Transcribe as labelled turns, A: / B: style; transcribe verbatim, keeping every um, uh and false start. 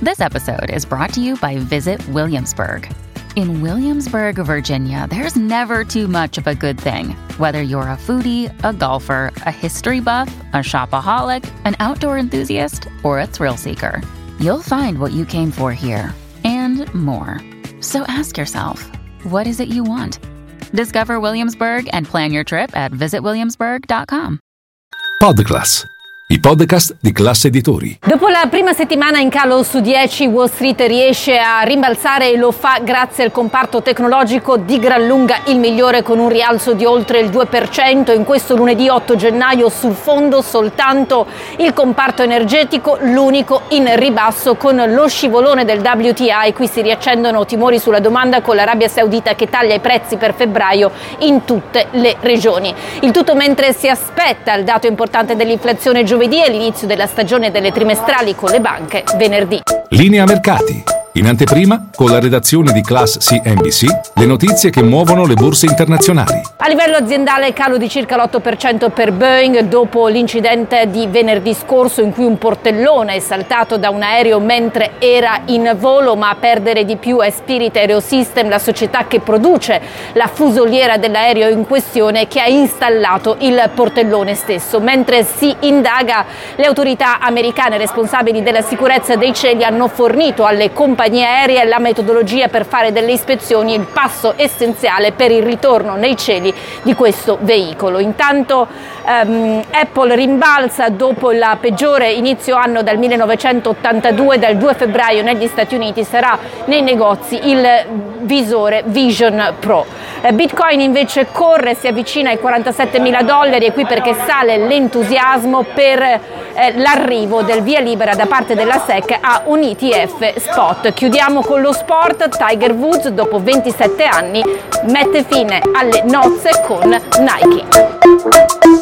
A: This episode is brought to you by Visit Williamsburg. In Williamsburg, Virginia, there's never too much of a good thing. Whether you're a foodie, a golfer, a history buff, a shopaholic, an outdoor enthusiast, or a thrill seeker, you'll find what you came for here and more. So ask yourself, what is it you want? Discover Williamsburg and plan your trip at visit williamsburg dot com.
B: Podclass, i podcast di Class Editori.
C: Dopo la prima settimana in calo su dieci, Wall Street riesce a rimbalzare e lo fa grazie al comparto tecnologico, di gran lunga il migliore, con un rialzo di oltre il due per cento in questo lunedì otto gennaio. Sul fondo soltanto il comparto energetico, l'unico in ribasso, con lo scivolone del W T I. Qui si riaccendono timori sulla domanda, con l'Arabia Saudita che taglia i prezzi per febbraio in tutte le regioni. Il tutto mentre si aspetta il dato importante dell'inflazione giovedì e l'inizio della stagione delle trimestrali con le banche venerdì.
B: Linea mercati. In anteprima, con la redazione di Class C N B C, le notizie che muovono le borse internazionali.
C: A livello aziendale, calo di circa l'otto per cento per Boeing dopo l'incidente di venerdì scorso in cui un portellone è saltato da un aereo mentre era in volo, ma a perdere di più è Spirit Aerosystem, la società che produce la fusoliera dell'aereo in questione, che ha installato il portellone stesso. Mentre si indaga, le autorità americane responsabili della sicurezza dei cieli hanno fornito alle compagnie aeree la metodologia per fare delle ispezioni, il passo essenziale per il ritorno nei cieli di questo veicolo. Intanto um, Apple rimbalza dopo la peggiore inizio anno dal millenovecentottantadue. Dal due febbraio negli Stati Uniti sarà nei negozi il visore Vision Pro. Bitcoin invece corre, si avvicina ai quarantasettemila dollari, e qui perché sale l'entusiasmo per eh, l'arrivo del via libera da parte della S E C a un E T F spot. Chiudiamo con lo sport. Tiger Woods dopo ventisette anni mette fine alle nozze con Nike.